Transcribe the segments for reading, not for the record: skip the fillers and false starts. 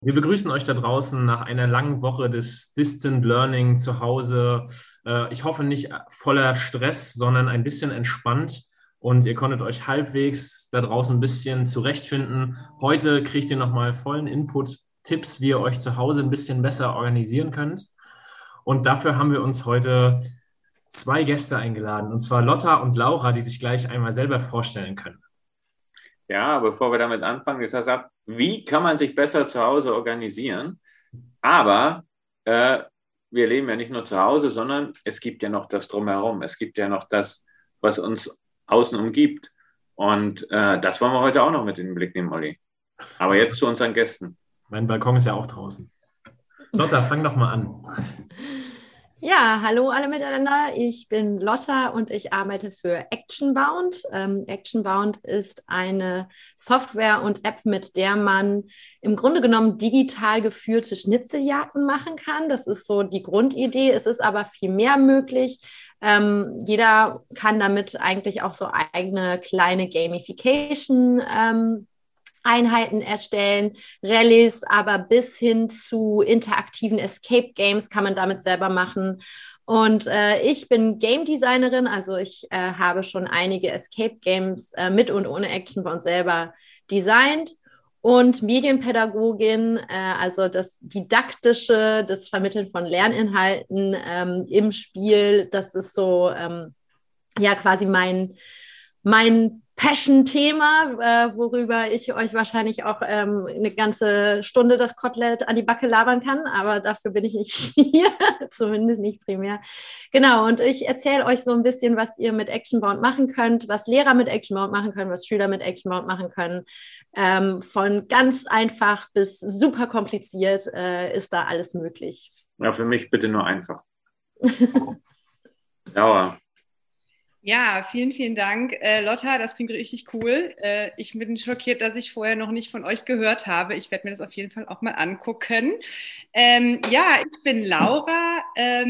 Wir begrüßen euch da draußen nach einer langen Woche des Distant Learning zu Hause. Ich hoffe nicht voller Stress, sondern ein bisschen entspannt und ihr konntet euch halbwegs da draußen ein bisschen zurechtfinden. Heute kriegt ihr nochmal vollen Input, Tipps, wie ihr euch zu Hause ein bisschen besser organisieren könnt. Und dafür haben wir uns heute zwei Gäste eingeladen, und zwar Lotta und Laura, die sich gleich einmal selber vorstellen können. Ja, bevor wir damit anfangen, ist das ab, wie kann man sich besser zu Hause organisieren? Aber wir leben ja nicht nur zu Hause, sondern es gibt ja noch das Drumherum. Es gibt ja noch das, was uns außen umgibt. Und das wollen wir heute auch noch mit in den Blick nehmen, Olli. Aber jetzt zu unseren Gästen. Mein Balkon ist ja auch draußen. Lotta, fang doch mal an. Ja, hallo alle miteinander. Ich bin Lotta und ich arbeite für Actionbound. Actionbound ist eine Software und App, mit der man im Grunde genommen digital geführte Schnitzeljagden machen kann. Das ist so die Grundidee. Es ist aber viel mehr möglich. Jeder kann damit eigentlich auch so eigene kleine Gamification Einheiten erstellen, Rallyes, aber bis hin zu interaktiven Escape Games kann man damit selber machen. Und ich bin Game Designerin, also ich habe schon einige Escape Games mit und ohne Actionbound selber designt. Und Medienpädagogin, also das Didaktische, das Vermitteln von Lerninhalten im Spiel, das ist so ja quasi mein Passion-Thema, worüber ich euch wahrscheinlich auch eine ganze Stunde das Kotelett an die Backe labern kann, aber dafür bin ich nicht hier, zumindest nicht primär. Genau, und ich erzähle euch so ein bisschen, was ihr mit Actionbound machen könnt, was Lehrer mit Actionbound machen können, was Schüler mit Actionbound machen können. Von ganz einfach bis super kompliziert ist da alles möglich. Ja, für mich bitte nur einfach. Laura. Ja, vielen, vielen Dank, Lotta, das klingt richtig cool. Ich bin schockiert, dass ich vorher noch nicht von euch gehört habe. Ich werde mir das auf jeden Fall auch mal angucken. Ja, ich bin Laura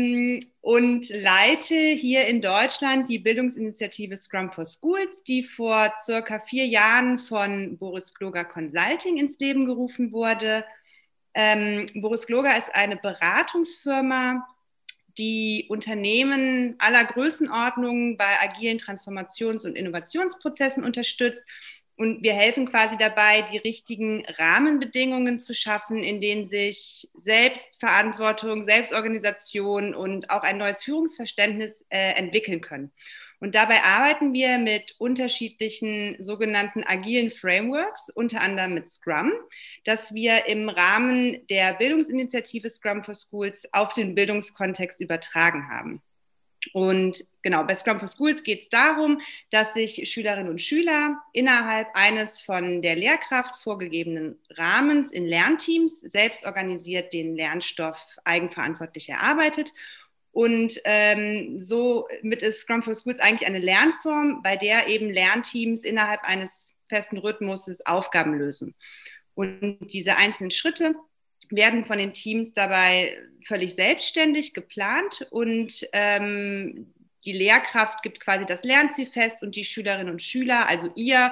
und leite hier in Deutschland die Bildungsinitiative Scrum for Schools, die vor circa 4 Jahren von Boris Gloger Consulting ins Leben gerufen wurde. Boris Gloger ist eine Beratungsfirma, die Unternehmen aller Größenordnungen bei agilen Transformations- und Innovationsprozessen unterstützt. Und wir helfen quasi dabei, die richtigen Rahmenbedingungen zu schaffen, in denen sich Selbstverantwortung, Selbstorganisation und auch ein neues Führungsverständnis entwickeln können. Und dabei arbeiten wir mit unterschiedlichen sogenannten agilen Frameworks, unter anderem mit Scrum, das wir im Rahmen der Bildungsinitiative Scrum for Schools auf den Bildungskontext übertragen haben. Und genau, bei Scrum for Schools geht es darum, dass sich Schülerinnen und Schüler innerhalb eines von der Lehrkraft vorgegebenen Rahmens in Lernteams selbst organisiert den Lernstoff eigenverantwortlich erarbeitet. Und somit ist Scrum for Schools eigentlich eine Lernform, bei der eben Lernteams innerhalb eines festen Rhythmuses Aufgaben lösen. Und diese einzelnen Schritte werden von den Teams dabei völlig selbstständig geplant und die Lehrkraft gibt quasi das Lernziel fest und die Schülerinnen und Schüler, also ihr,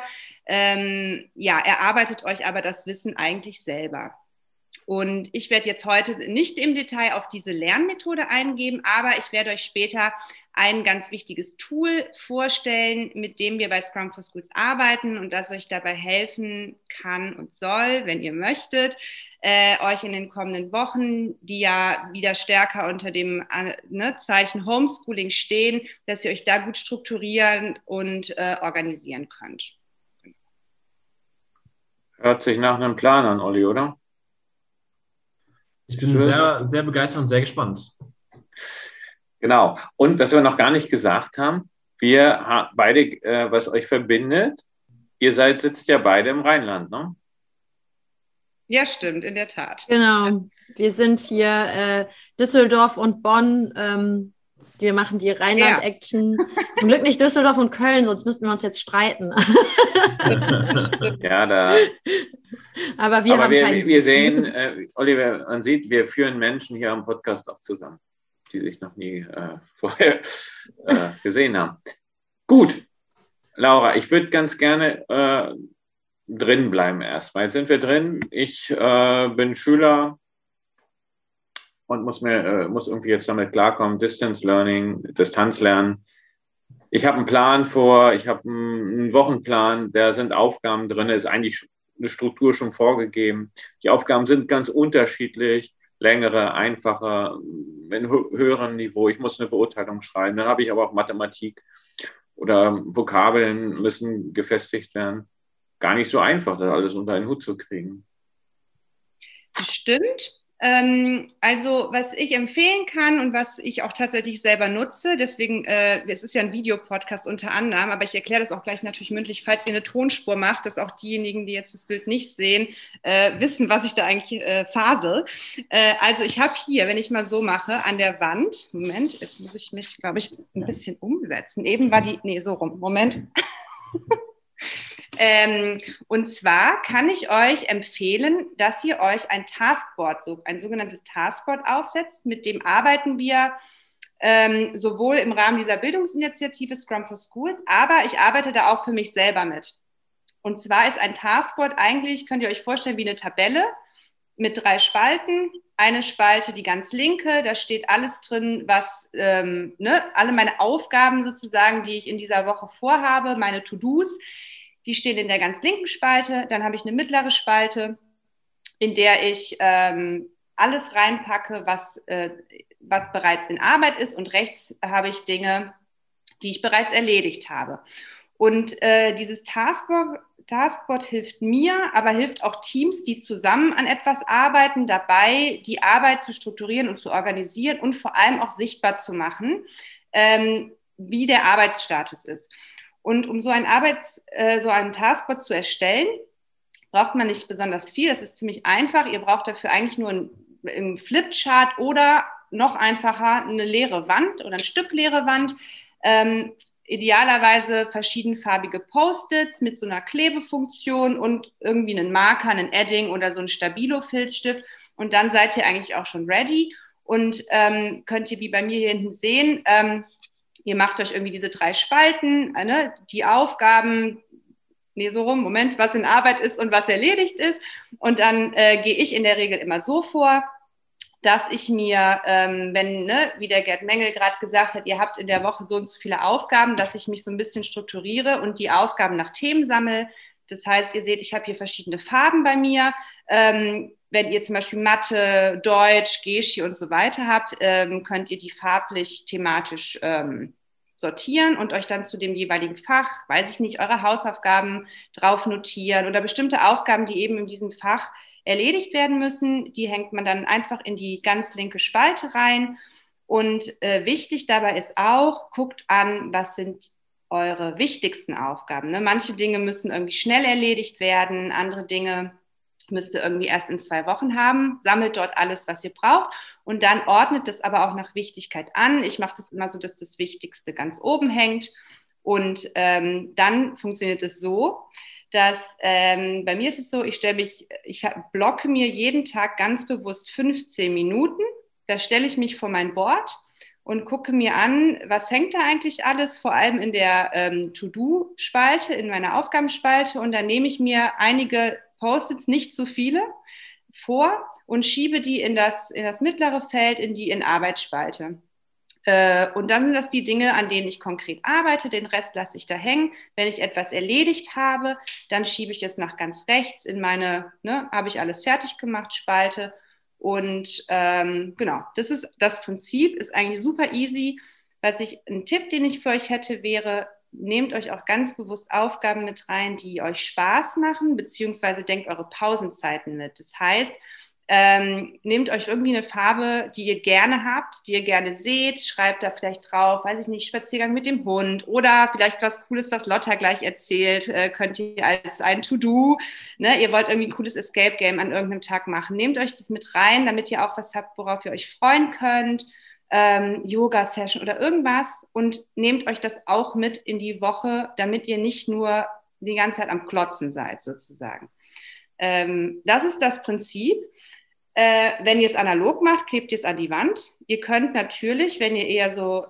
erarbeitet euch aber das Wissen eigentlich selber. Und ich werde jetzt heute nicht im Detail auf diese Lernmethode eingehen, aber ich werde euch später ein ganz wichtiges Tool vorstellen, mit dem wir bei Scrum for Schools arbeiten und das euch dabei helfen kann und soll, wenn ihr möchtet, euch in den kommenden Wochen, die ja wieder stärker unter dem Zeichen Homeschooling stehen, dass ihr euch da gut strukturieren und organisieren könnt. Hört sich nach einem Plan an, Olli, oder? Ich bin sehr, sehr begeistert und sehr gespannt. Genau. Und was wir noch gar nicht gesagt haben, wir beide, was euch verbindet, ihr sitzt ja beide im Rheinland, ne? Ja, stimmt, in der Tat. Genau. Wir sind hier Düsseldorf und Bonn. Wir machen die Rheinland-Action. Zum Glück nicht Düsseldorf und Köln, sonst müssten wir uns jetzt streiten. Ja, Aber wir sehen, Oliver, man sieht, wir führen Menschen hier am Podcast auch zusammen, die sich noch nie vorher gesehen haben. Gut, Laura, ich würde ganz gerne drin bleiben erstmal. Jetzt sind wir drin. Ich bin Schüler und muss irgendwie jetzt damit klarkommen, Distance Learning, Distanzlernen. Ich habe einen Plan vor, ich habe einen Wochenplan, da sind Aufgaben drin, ist eigentlich eine Struktur schon vorgegeben. Die Aufgaben sind ganz unterschiedlich, längere, einfache, mit höherem Niveau. Ich muss eine Beurteilung schreiben, dann habe ich aber auch Mathematik oder Vokabeln müssen gefestigt werden. Gar nicht so einfach, das alles unter einen Hut zu kriegen. Stimmt. Also was ich empfehlen kann und was ich auch tatsächlich selber nutze, deswegen, es ist ja ein Videopodcast unter anderem, aber ich erkläre das auch gleich natürlich mündlich, falls ihr eine Tonspur macht, dass auch diejenigen, die jetzt das Bild nicht sehen, wissen, was ich da eigentlich fasel. Also ich habe hier, wenn ich mal so mache, an der Wand, Moment, jetzt muss ich mich, glaube ich, ein bisschen umsetzen. Eben war so rum, Moment. Und zwar kann ich euch empfehlen, dass ihr euch ein Taskboard, ein sogenanntes Taskboard aufsetzt. Mit dem arbeiten wir sowohl im Rahmen dieser Bildungsinitiative Scrum for Schools, aber ich arbeite da auch für mich selber mit. Und zwar ist ein Taskboard eigentlich, könnt ihr euch vorstellen, wie eine Tabelle mit 3 Spalten. Eine Spalte, die ganz linke, da steht alles drin, was, alle meine Aufgaben sozusagen, die ich in dieser Woche vorhabe, meine To-Dos, die stehen in der ganz linken Spalte. Dann habe ich eine mittlere Spalte, in der ich alles reinpacke, was bereits in Arbeit ist. Und rechts habe ich Dinge, die ich bereits erledigt habe. Und dieses Taskboard hilft mir, aber hilft auch Teams, die zusammen an etwas arbeiten, dabei die Arbeit zu strukturieren und zu organisieren und vor allem auch sichtbar zu machen, wie der Arbeitsstatus ist. Und um so ein Taskboard zu erstellen, braucht man nicht besonders viel. Das ist ziemlich einfach. Ihr braucht dafür eigentlich nur einen Flipchart oder noch einfacher eine leere Wand oder ein Stück leere Wand. Idealerweise verschiedenfarbige Post-its mit so einer Klebefunktion und irgendwie einen Marker, einen Edding oder so einen Stabilo-Filzstift. Und dann seid ihr eigentlich auch schon ready und könnt ihr wie bei mir hier hinten sehen, ihr macht euch irgendwie diese 3 Spalten, die Aufgaben, was in Arbeit ist und was erledigt ist. Und dann gehe ich in der Regel immer so vor, dass ich mir, wie der Gerd Mengel gerade gesagt hat, ihr habt in der Woche so und so viele Aufgaben, dass ich mich so ein bisschen strukturiere und die Aufgaben nach Themen sammle. Das heißt, ihr seht, ich habe hier verschiedene Farben bei mir. Wenn ihr zum Beispiel Mathe, Deutsch, Geschi und so weiter habt, könnt ihr die farblich thematisch sortieren und euch dann zu dem jeweiligen Fach, weiß ich nicht, eure Hausaufgaben drauf notieren oder bestimmte Aufgaben, die eben in diesem Fach erledigt werden müssen, die hängt man dann einfach in die ganz linke Spalte rein. Und wichtig dabei ist auch, guckt an, was sind eure wichtigsten Aufgaben. Ne? Manche Dinge müssen irgendwie schnell erledigt werden, andere Dinge müsst ihr irgendwie erst in 2 Wochen haben, sammelt dort alles, was ihr braucht und dann ordnet das aber auch nach Wichtigkeit an. Ich mache das immer so, dass das Wichtigste ganz oben hängt und dann funktioniert es so, dass bei mir ist es so, ich blocke mir jeden Tag ganz bewusst 15 Minuten, da stelle ich mich vor mein Board und gucke mir an, was hängt da eigentlich alles, vor allem in der To-Do-Spalte, in meiner Aufgabenspalte und dann nehme ich mir einige Post-its, nicht zu viele, vor und schiebe die in das mittlere Feld, in die In-Arbeit-Spalte. Und dann sind das die Dinge, an denen ich konkret arbeite, den Rest lasse ich da hängen. Wenn ich etwas erledigt habe, dann schiebe ich es nach ganz rechts in meine, habe ich alles fertig gemacht, Spalte. Und genau, das ist das Prinzip, ist eigentlich super easy. Ein Tipp, den ich für euch hätte, wäre, nehmt euch auch ganz bewusst Aufgaben mit rein, die euch Spaß machen, beziehungsweise denkt eure Pausenzeiten mit. Das heißt, nehmt euch irgendwie eine Farbe, die ihr gerne habt, die ihr gerne seht, schreibt da vielleicht drauf, weiß ich nicht, Spaziergang mit dem Hund oder vielleicht was Cooles, was Lotta gleich erzählt, könnt ihr als ein To-Do, ihr wollt irgendwie ein cooles Escape-Game an irgendeinem Tag machen, nehmt euch das mit rein, damit ihr auch was habt, worauf ihr euch freuen könnt, Yoga-Session oder irgendwas und nehmt euch das auch mit in die Woche, damit ihr nicht nur die ganze Zeit am Klotzen seid, sozusagen. Das ist das Prinzip. Wenn ihr es analog macht, klebt ihr es an die Wand. Ihr könnt natürlich, wenn ihr eher so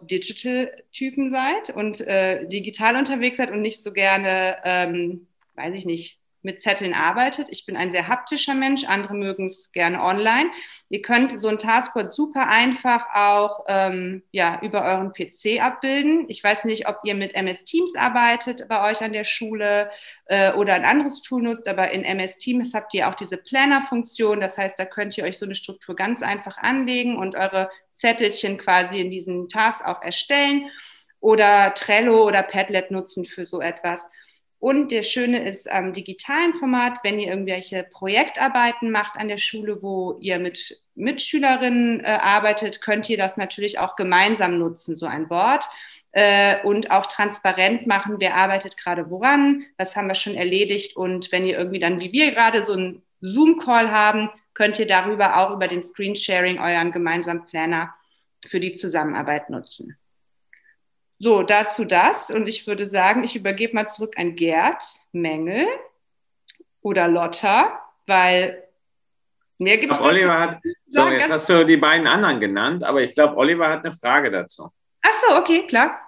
Digital-Typen seid und digital unterwegs seid und nicht so gerne, weiß ich nicht, mit Zetteln arbeitet. Ich bin ein sehr haptischer Mensch, andere mögen es gerne online. Ihr könnt so ein Taskboard super einfach auch über euren PC abbilden. Ich weiß nicht, ob ihr mit MS Teams arbeitet bei euch an der Schule oder ein anderes Tool nutzt, aber in MS Teams habt ihr auch diese Planner-Funktion. Das heißt, da könnt ihr euch so eine Struktur ganz einfach anlegen und eure Zettelchen quasi in diesen Task auch erstellen oder Trello oder Padlet nutzen für so etwas. Und das Schöne ist am digitalen Format, wenn ihr irgendwelche Projektarbeiten macht an der Schule, wo ihr mit Mitschülerinnen arbeitet, könnt ihr das natürlich auch gemeinsam nutzen, so ein Board. Und auch transparent machen, wer arbeitet gerade woran, was haben wir schon erledigt. Und wenn ihr irgendwie dann, wie wir gerade, so einen Zoom-Call haben, könnt ihr darüber auch über den Screensharing euren gemeinsamen Planner für die Zusammenarbeit nutzen. So, dazu das. Und ich würde sagen, ich übergebe mal zurück an Gerd Mengel oder Lotta, weil mehr gibt es dazu. Oliver hat, so, jetzt hast du die beiden anderen genannt, aber ich glaube, Oliver hat eine Frage dazu. Ach so, okay, klar.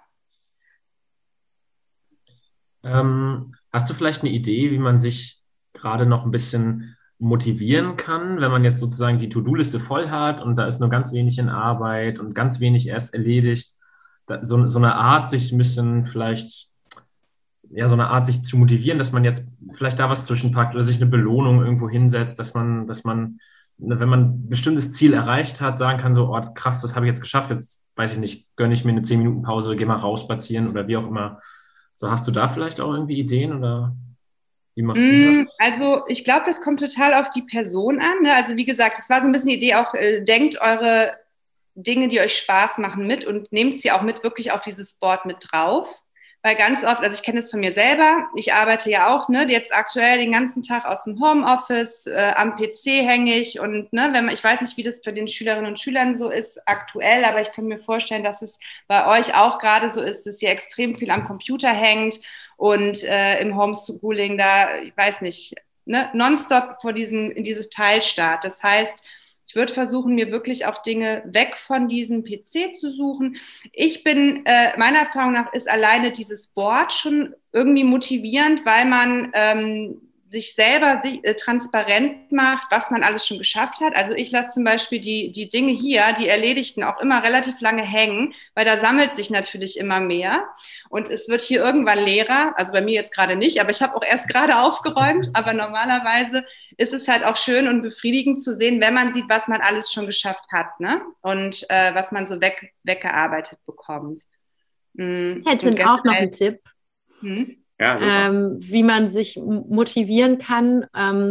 Hast du vielleicht eine Idee, wie man sich gerade noch ein bisschen motivieren kann, wenn man jetzt sozusagen die To-Do-Liste voll hat und da ist nur ganz wenig in Arbeit und ganz wenig erst erledigt? So eine Art, sich ein bisschen vielleicht, ja, so eine Art, sich zu motivieren, dass man jetzt vielleicht da was zwischenpackt oder sich eine Belohnung irgendwo hinsetzt, dass man, wenn man ein bestimmtes Ziel erreicht hat, sagen kann, so, oh, krass, das habe ich jetzt geschafft, jetzt, weiß ich nicht, gönne ich mir eine 10-Minuten-Pause, gehe mal raus spazieren oder wie auch immer. So, hast du da vielleicht auch irgendwie Ideen oder wie machst du das? Also ich glaube, das kommt total auf die Person an. Ne? Also wie gesagt, das war so ein bisschen die Idee auch, denkt eure Dinge, die euch Spaß machen, mit und nehmt sie auch mit wirklich auf dieses Board mit drauf. Weil ganz oft, also ich kenne es von mir selber, ich arbeite ja auch jetzt aktuell den ganzen Tag aus dem Homeoffice, am PC hänge ich und ich weiß nicht, wie das bei den Schülerinnen und Schülern so ist aktuell, aber ich kann mir vorstellen, dass es bei euch auch gerade so ist, dass ihr extrem viel am Computer hängt und im Homeschooling da, ich weiß nicht, nonstop in dieses Teil starrt. Das heißt, ich würde versuchen, mir wirklich auch Dinge weg von diesem PC zu suchen. Ich bin, meiner Erfahrung nach, ist alleine dieses Board schon irgendwie motivierend, weil man sich selber transparent macht, was man alles schon geschafft hat. Also ich lasse zum Beispiel die Dinge hier, die Erledigten, auch immer relativ lange hängen, weil da sammelt sich natürlich immer mehr. Und es wird hier irgendwann leerer, also bei mir jetzt gerade nicht, aber ich habe auch erst gerade aufgeräumt. Aber normalerweise ist es halt auch schön und befriedigend zu sehen, wenn man sieht, was man alles schon geschafft hat, ne? Und was man so weggearbeitet bekommt. Ich hätte auch noch einen Tipp. Ja, wie man sich motivieren kann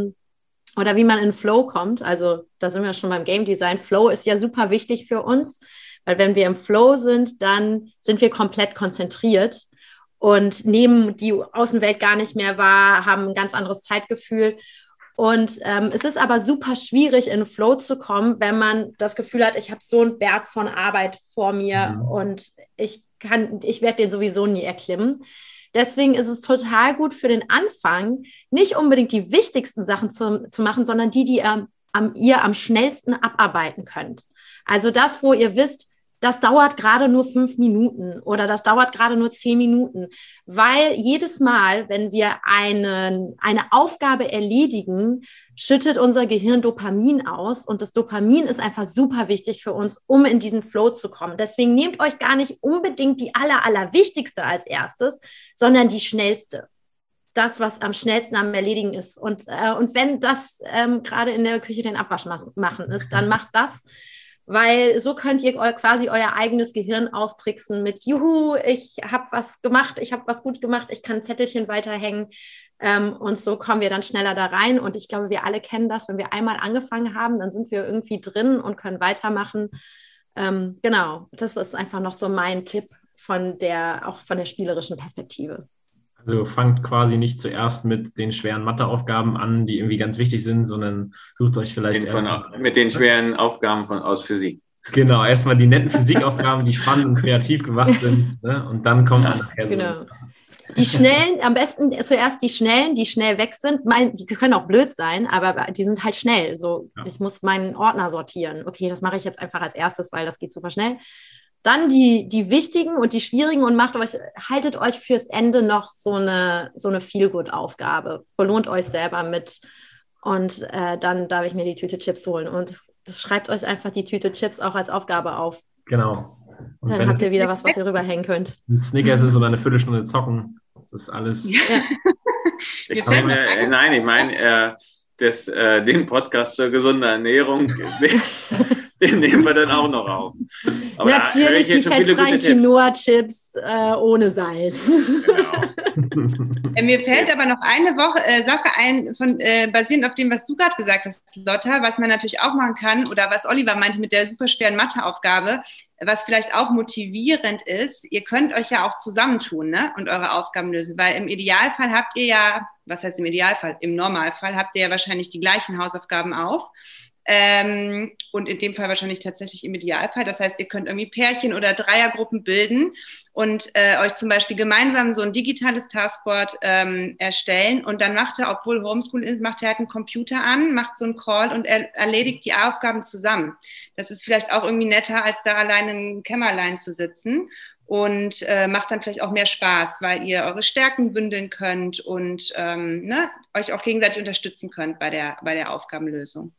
oder wie man in Flow kommt. Also da sind wir schon beim Game Design. Flow ist ja super wichtig für uns, weil wenn wir im Flow sind, dann sind wir komplett konzentriert und nehmen die Außenwelt gar nicht mehr wahr, haben ein ganz anderes Zeitgefühl. Und es ist aber super schwierig, in Flow zu kommen, wenn man das Gefühl hat, ich habe so einen Berg von Arbeit vor mir und ich werde den sowieso nie erklimmen. Deswegen ist es total gut für den Anfang, nicht unbedingt die wichtigsten Sachen zu machen, sondern die ihr am schnellsten abarbeiten könnt. Also das, wo ihr wisst, das dauert gerade nur 5 Minuten oder das dauert gerade nur 10 Minuten. Weil jedes Mal, wenn wir eine Aufgabe erledigen, schüttet unser Gehirn Dopamin aus. Und das Dopamin ist einfach super wichtig für uns, um in diesen Flow zu kommen. Deswegen nehmt euch gar nicht unbedingt die allerwichtigste als erstes, sondern die schnellste. Das, was am schnellsten am Erledigen ist. Und wenn das gerade in der Küche den Abwasch machen ist, dann macht das. Weil so könnt ihr quasi euer eigenes Gehirn austricksen mit Juhu, ich habe was gemacht, ich habe was gut gemacht, ich kann Zettelchen weiterhängen und so kommen wir dann schneller da rein und ich glaube, wir alle kennen das, wenn wir einmal angefangen haben, dann sind wir irgendwie drin und können weitermachen. Genau, das ist einfach noch so mein Tipp auch von der spielerischen Perspektive. Also fangt quasi nicht zuerst mit den schweren Matheaufgaben an, die irgendwie ganz wichtig sind, sondern sucht euch vielleicht mit den schweren Aufgaben aus Physik. Genau, erstmal die netten Physikaufgaben, die spannend und kreativ gemacht sind, ne? Und dann kommt man nachher so. Genau. Die schnellen, am besten zuerst die schnellen, die schnell weg sind. Die können auch blöd sein, aber die sind halt schnell. So, Ich muss meinen Ordner sortieren. Okay, das mache ich jetzt einfach als erstes, weil das geht super schnell. Dann die wichtigen und die schwierigen und haltet euch fürs Ende noch so eine Feel-Good-Aufgabe. Belohnt euch selber mit und dann darf ich mir die Tüte Chips holen. Und schreibt euch einfach die Tüte Chips auch als Aufgabe auf. Genau. Und dann habt ihr wieder was ihr rüberhängen könnt. Ein Snickers ist oder eine Viertelstunde zocken. Das ist alles. Ja. Ich meine, den Podcast zur gesunden Ernährung, den nehmen wir dann auch noch auf. Aber natürlich die fettfreien Quinoa-Chips ohne Salz. Genau. Mir fällt aber noch eine Sache ein, basierend auf dem, was du gerade gesagt hast, Lotta, was man natürlich auch machen kann oder was Oliver meinte mit der super schweren Matheaufgabe, was vielleicht auch motivierend ist, ihr könnt euch ja auch zusammentun, ne, und eure Aufgaben lösen, weil im Idealfall habt ihr ja, was heißt im Idealfall? Im Normalfall habt ihr ja wahrscheinlich die gleichen Hausaufgaben auch. Und in dem Fall wahrscheinlich tatsächlich im Idealfall. Das heißt, ihr könnt irgendwie Pärchen- oder Dreiergruppen bilden und euch zum Beispiel gemeinsam so ein digitales Taskboard erstellen und dann macht ihr, obwohl Homeschool ist, macht ihr halt einen Computer an, macht so einen Call und erledigt die Aufgaben zusammen. Das ist vielleicht auch irgendwie netter, als da alleine im Kämmerlein zu sitzen und macht dann vielleicht auch mehr Spaß, weil ihr eure Stärken bündeln könnt und euch auch gegenseitig unterstützen könnt bei der Aufgabenlösung.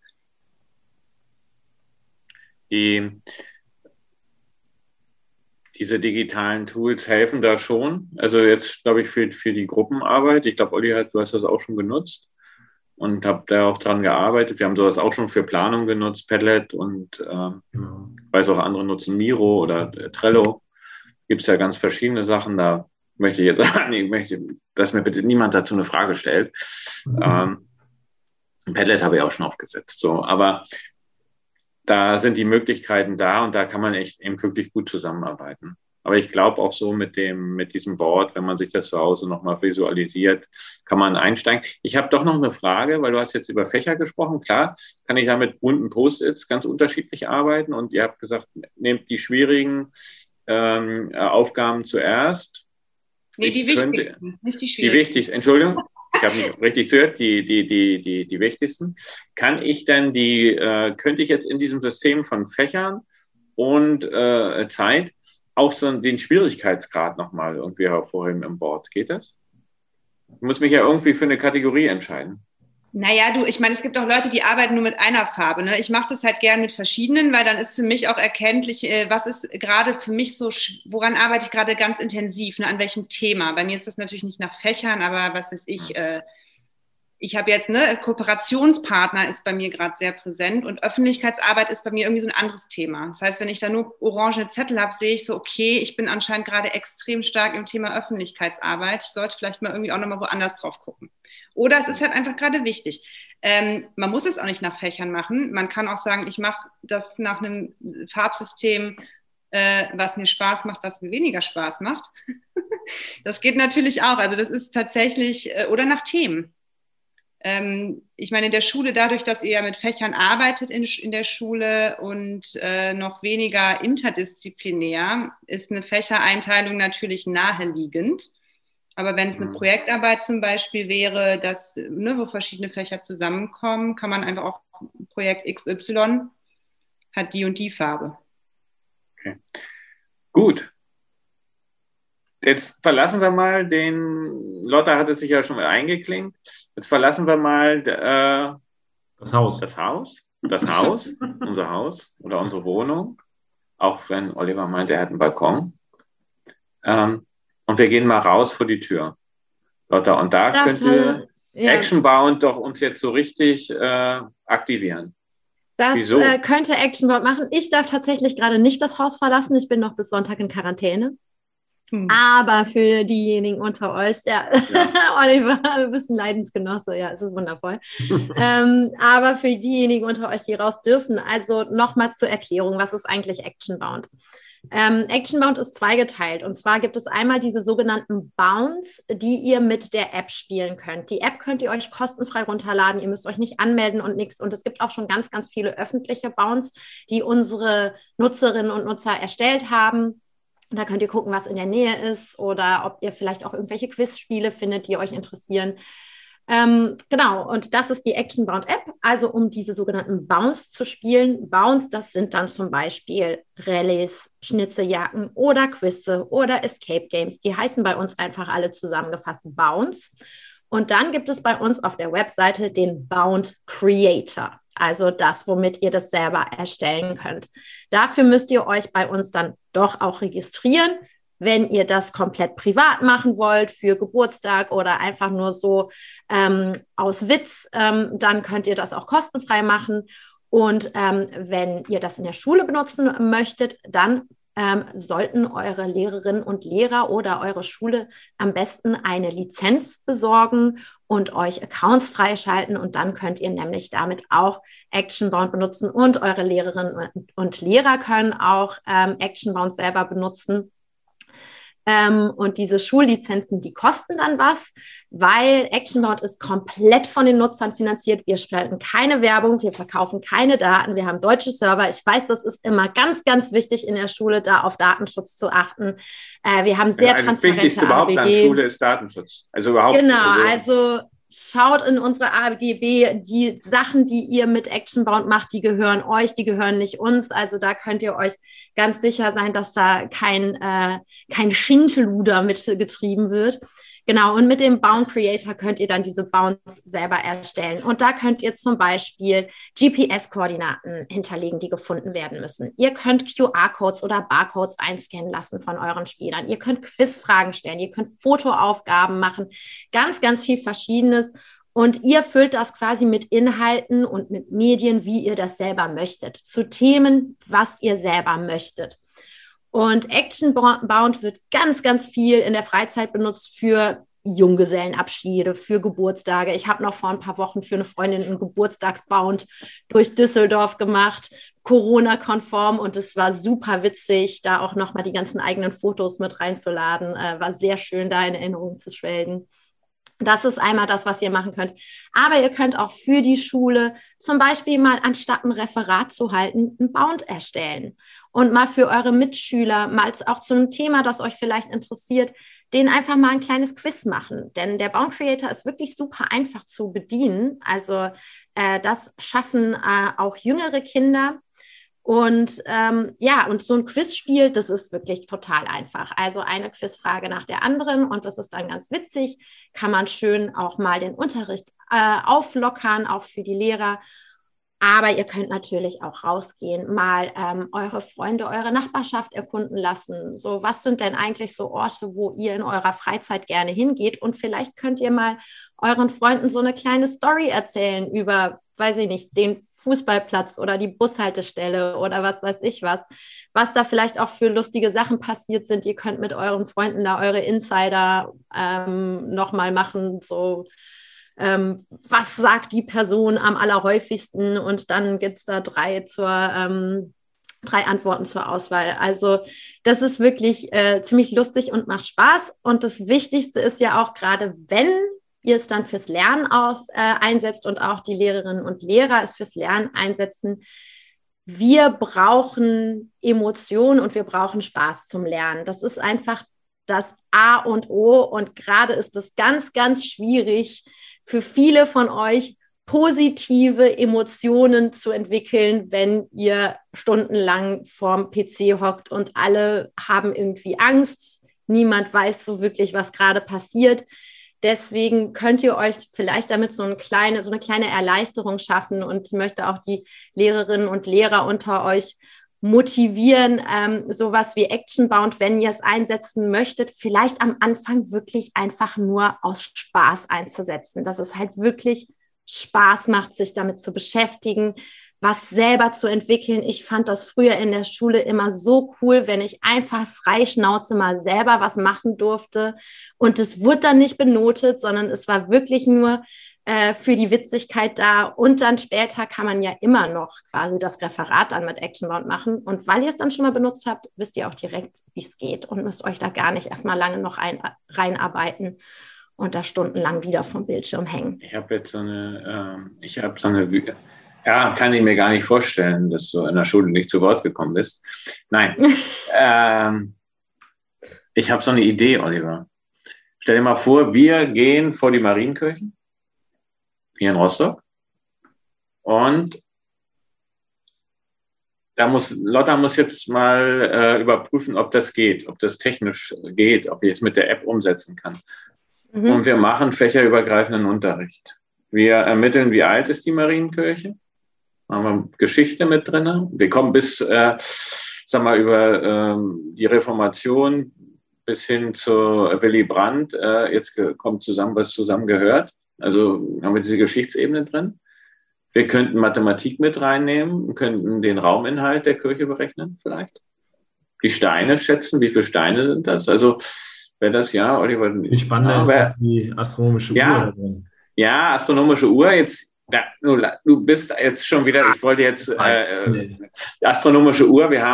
Diese digitalen Tools helfen da schon. Also jetzt, glaube ich, für die Gruppenarbeit. Ich glaube, Olli, du hast das auch schon genutzt und habt da auch dran gearbeitet. Wir haben sowas auch schon für Planung genutzt, Padlet und ich weiß auch, andere nutzen Miro oder Trello. Gibt es ja ganz verschiedene Sachen. Da möchte ich jetzt dass mir bitte niemand dazu eine Frage stellt. Padlet habe ich auch schon aufgesetzt. So, aber da sind die Möglichkeiten da und da kann man echt eben wirklich gut zusammenarbeiten. Aber ich glaube auch so mit diesem Board, wenn man sich das zu Hause nochmal visualisiert, kann man einsteigen. Ich habe doch noch eine Frage, weil du hast jetzt über Fächer gesprochen. Klar, kann ich da mit bunten Post-its ganz unterschiedlich arbeiten und ihr habt gesagt, nehmt die schwierigen Aufgaben zuerst. Nee, die wichtigsten, nicht die schwierigen. Die wichtigsten, Entschuldigung. Ich habe nicht richtig zugehört, die wichtigsten. Könnte ich jetzt in diesem System von Fächern und Zeit auch so den Schwierigkeitsgrad nochmal irgendwie hervorheben im Board? Geht das? Ich muss mich ja irgendwie für eine Kategorie entscheiden. Naja, ich meine, es gibt auch Leute, die arbeiten nur mit einer Farbe. Ne? Ich mache das halt gern mit verschiedenen, weil dann ist für mich auch erkenntlich, was ist gerade für mich so, woran arbeite ich gerade ganz intensiv, ne? An welchem Thema. Bei mir ist das natürlich nicht nach Fächern, aber was weiß ich, ich habe jetzt, Kooperationspartner ist bei mir gerade sehr präsent und Öffentlichkeitsarbeit ist bei mir irgendwie so ein anderes Thema. Das heißt, wenn ich da nur orange Zettel habe, sehe ich so, okay, ich bin anscheinend gerade extrem stark im Thema Öffentlichkeitsarbeit. Ich sollte vielleicht mal irgendwie auch nochmal woanders drauf gucken. Oder es ist halt einfach gerade wichtig. Man muss es auch nicht nach Fächern machen. Man kann auch sagen, ich mache das nach einem Farbsystem, was mir Spaß macht, was mir weniger Spaß macht. Das geht natürlich auch. Also das ist tatsächlich, oder nach Themen. Ich meine, in der Schule, dadurch, dass ihr ja mit Fächern arbeitet in der Schule und noch weniger interdisziplinär, ist eine Fächereinteilung natürlich naheliegend. Aber wenn es eine Projektarbeit zum Beispiel wäre, wo verschiedene Fächer zusammenkommen, kann man einfach auch Projekt XY hat die und die Farbe. Okay. Gut. Jetzt verlassen wir mal Lotta hat es sich ja schon eingeklinkt, jetzt verlassen wir mal das Haus, unser Haus oder unsere Wohnung, auch wenn Oliver meint, er hat einen Balkon. Und wir gehen mal raus vor die Tür, Lotta, und da könnte Actionbound doch uns jetzt so richtig aktivieren. Das könnte Actionbound machen. Ich darf tatsächlich gerade nicht das Haus verlassen, ich bin noch bis Sonntag in Quarantäne. Aber für diejenigen unter euch, Oliver, du bist ein Leidensgenosse, ja, es ist wundervoll. Aber für diejenigen unter euch, die raus dürfen, also nochmal zur Erklärung, was ist eigentlich Actionbound? Actionbound ist zweigeteilt und zwar gibt es einmal diese sogenannten Bounds, die ihr mit der App spielen könnt. Die App könnt ihr euch kostenfrei runterladen, ihr müsst euch nicht anmelden und nichts und es gibt auch schon ganz, ganz viele öffentliche Bounds, die unsere Nutzerinnen und Nutzer erstellt haben. Da könnt ihr gucken, was in der Nähe ist oder ob ihr vielleicht auch irgendwelche Quizspiele findet, die euch interessieren. Genau, und das ist die Action-Bound-App, also um diese sogenannten Bounce zu spielen. Bounce, das sind dann zum Beispiel Rallyes, Schnitzeljagden oder Quizze oder Escape Games. Die heißen bei uns einfach alle zusammengefasst Bounce. Und dann gibt es bei uns auf der Webseite den Bound Creator, also das, womit ihr das selber erstellen könnt. Dafür müsst ihr euch bei uns dann doch auch registrieren. Wenn ihr das komplett privat machen wollt, für Geburtstag oder einfach nur so aus Witz, dann könnt ihr das auch kostenfrei machen. Und wenn ihr das in der Schule benutzen möchtet, dann sollten eure Lehrerinnen und Lehrer oder eure Schule am besten eine Lizenz besorgen und euch Accounts freischalten. Und dann könnt ihr nämlich damit auch Action-Bound benutzen und eure Lehrerinnen und Lehrer können auch Action-Bound selber benutzen. Und diese Schullizenzen, die kosten dann was, weil Action-Bound ist komplett von den Nutzern finanziert. Wir schalten keine Werbung, wir verkaufen keine Daten, wir haben deutsche Server. Ich weiß, das ist immer ganz, ganz wichtig in der Schule, da auf Datenschutz zu achten. Wir haben sehr transparente Das Wichtigste überhaupt an Schule ist Datenschutz. Also überhaupt. Genau, also schaut in unsere AGB, die Sachen, die ihr mit Action-Bound macht, die gehören euch, die gehören nicht uns. Also da könnt ihr euch ganz sicher sein, dass da kein Schindluder mitgetrieben wird. Genau, und mit dem Bound Creator könnt ihr dann diese Bounds selber erstellen. Und da könnt ihr zum Beispiel GPS-Koordinaten hinterlegen, die gefunden werden müssen. Ihr könnt QR-Codes oder Barcodes einscannen lassen von euren Spielern. Ihr könnt Quizfragen stellen, ihr könnt Fotoaufgaben machen, ganz, ganz viel Verschiedenes. Und ihr füllt das quasi mit Inhalten und mit Medien, wie ihr das selber möchtet, zu Themen, was ihr selber möchtet. Und Action-Bound wird ganz, ganz viel in der Freizeit benutzt für Junggesellenabschiede, für Geburtstage. Ich habe noch vor ein paar Wochen für eine Freundin einen Geburtstagsbound durch Düsseldorf gemacht, Corona-konform, und es war super witzig, da auch nochmal die ganzen eigenen Fotos mit reinzuladen. War sehr schön, da in Erinnerung zu schwelgen. Das ist einmal das, was ihr machen könnt. Aber ihr könnt auch für die Schule zum Beispiel mal, anstatt ein Referat zu halten, einen Bound erstellen. Und mal für eure Mitschüler, mal auch zu einem Thema, das euch vielleicht interessiert, denen einfach mal ein kleines Quiz machen. Denn der Bound Creator ist wirklich super einfach zu bedienen. Also das schaffen auch jüngere Kinder. Und und so ein Quizspiel, das ist wirklich total einfach. Also eine Quizfrage nach der anderen und das ist dann ganz witzig. Kann man schön auch mal den Unterricht auflockern, auch für die Lehrer. Aber ihr könnt natürlich auch rausgehen, mal eure Freunde, eure Nachbarschaft erkunden lassen. So, was sind denn eigentlich so Orte, wo ihr in eurer Freizeit gerne hingeht? Und vielleicht könnt ihr mal euren Freunden so eine kleine Story erzählen über, weiß ich nicht, den Fußballplatz oder die Bushaltestelle oder was weiß ich was da vielleicht auch für lustige Sachen passiert sind. Ihr könnt mit euren Freunden da eure Insider nochmal machen, so was sagt die Person am allerhäufigsten, und dann gibt es da drei Antworten zur Auswahl. Also das ist wirklich ziemlich lustig und macht Spaß. Und das Wichtigste ist ja auch, gerade wenn ihr es dann fürs Lernen einsetzt und auch die Lehrerinnen und Lehrer es fürs Lernen einsetzen, wir brauchen Emotionen und wir brauchen Spaß zum Lernen. Das ist einfach das A und O, und gerade ist es ganz, ganz schwierig für viele von euch, positive Emotionen zu entwickeln, wenn ihr stundenlang vorm PC hockt und alle haben irgendwie Angst. Niemand weiß so wirklich, was gerade passiert. Deswegen könnt ihr euch vielleicht damit so eine kleine Erleichterung schaffen, und ich möchte auch die Lehrerinnen und Lehrer unter euch motivieren, sowas wie Action-Bound, wenn ihr es einsetzen möchtet, vielleicht am Anfang wirklich einfach nur aus Spaß einzusetzen, dass es halt wirklich Spaß macht, sich damit zu beschäftigen, was selber zu entwickeln. Ich fand das früher in der Schule immer so cool, wenn ich einfach frei Schnauze mal selber was machen durfte, und es wurde dann nicht benotet, sondern es war wirklich nur für die Witzigkeit da, und dann später kann man ja immer noch quasi das Referat dann mit Action-Bound machen, und weil ihr es dann schon mal benutzt habt, wisst ihr auch direkt, wie es geht, und müsst euch da gar nicht erstmal lange noch reinarbeiten und da stundenlang wieder vom Bildschirm hängen. Ich habe jetzt ja, kann ich mir gar nicht vorstellen, dass du in der Schule nicht zu Wort gekommen bist. Nein, ich habe so eine Idee, Oliver. Stell dir mal vor, wir gehen vor die Marienkirchen hier in Rostock. Und Lotta muss jetzt mal überprüfen, ob das geht, ob das technisch geht, ob ich es mit der App umsetzen kann. Und wir machen fächerübergreifenden Unterricht. Wir ermitteln, wie alt ist die Marienkirche. Haben wir Geschichte mit drin. Wir kommen bis, über die Reformation bis hin zu Willy Brandt. Jetzt kommt zusammen, was zusammengehört. Also haben wir diese Geschichtsebene drin. Wir könnten Mathematik mit reinnehmen, könnten den Rauminhalt der Kirche berechnen vielleicht. Die Steine schätzen, wie viele Steine sind das? Also wäre das, ja, Oliver. Wie spannend ist auch die astronomische Uhr. Ja, astronomische Uhr. Jetzt, du bist jetzt schon wieder, ich wollte jetzt astronomische Uhr. Wir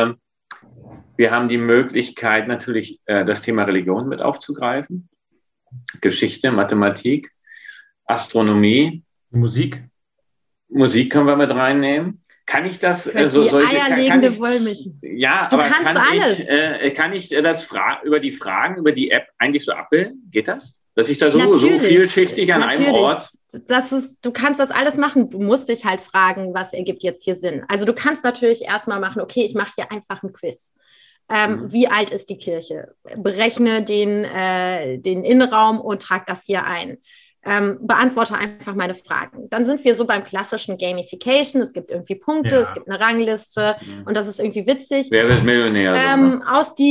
haben die Möglichkeit natürlich, das Thema Religion mit aufzugreifen. Geschichte, Mathematik, Astronomie. Musik können wir mit reinnehmen. Kann ich das die eierlegende Wollmilchsau. Ja, aber kann ich das über die App eigentlich so abbilden? Geht das? Dass ich da so vielschichtig an einem Ort. Du kannst das alles machen. Du musst dich halt fragen, was ergibt jetzt hier Sinn. Also du kannst natürlich erstmal machen, okay, ich mache hier einfach ein Quiz. Wie alt ist die Kirche? Berechne den Innenraum und trage das hier ein. Beantworte einfach meine Fragen. Dann sind wir so beim klassischen Gamification. Es gibt irgendwie Punkte, es gibt eine Rangliste und das ist irgendwie witzig. Wer wird Millionär?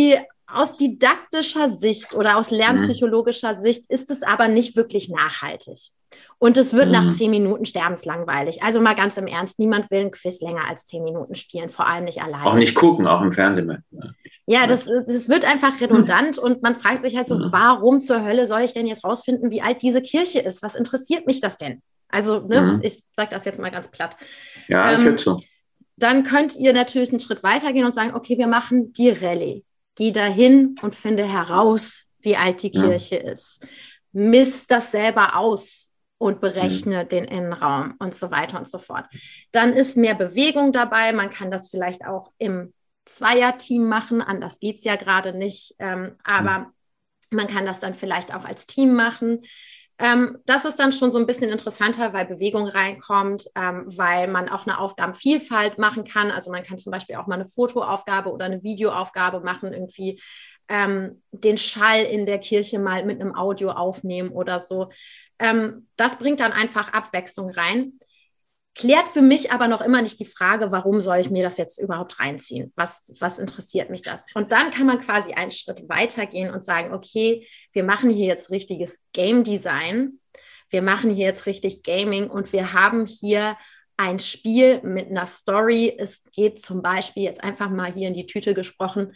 Aus didaktischer Sicht oder aus lernpsychologischer Sicht ist es aber nicht wirklich nachhaltig. Und es wird nach 10 Minuten sterbenslangweilig. Also mal ganz im Ernst, niemand will ein Quiz länger als 10 Minuten spielen, vor allem nicht alleine. Auch nicht gucken, auch im Fernsehen. Ja, das wird einfach redundant und man fragt sich halt so, warum zur Hölle soll ich denn jetzt rausfinden, wie alt diese Kirche ist? Was interessiert mich das denn? Also, ich sage das jetzt mal ganz platt. Ja, ich hätte so. Dann könnt ihr natürlich einen Schritt weitergehen und sagen, okay, wir machen die Rallye. Geh dahin und finde heraus, wie alt die Kirche ist. Misst das selber aus und berechne den Innenraum und so weiter und so fort. Dann ist mehr Bewegung dabei. Man kann das vielleicht auch im Zweierteam machen. Anders geht es ja gerade nicht. Aber man kann das dann vielleicht auch als Team machen. Das ist dann schon so ein bisschen interessanter, weil Bewegung reinkommt, weil man auch eine Aufgabenvielfalt machen kann. Also man kann zum Beispiel auch mal eine Fotoaufgabe oder eine Videoaufgabe machen, irgendwie den Schall in der Kirche mal mit einem Audio aufnehmen oder so. Das bringt dann einfach Abwechslung rein. Klärt für mich aber noch immer nicht die Frage, warum soll ich mir das jetzt überhaupt reinziehen? Was interessiert mich das? Und dann kann man quasi einen Schritt weitergehen und sagen, okay, wir machen hier jetzt richtiges Game Design, wir machen hier jetzt richtig Gaming und wir haben hier ein Spiel mit einer Story. Es geht zum Beispiel, jetzt einfach mal hier in die Tüte gesprochen,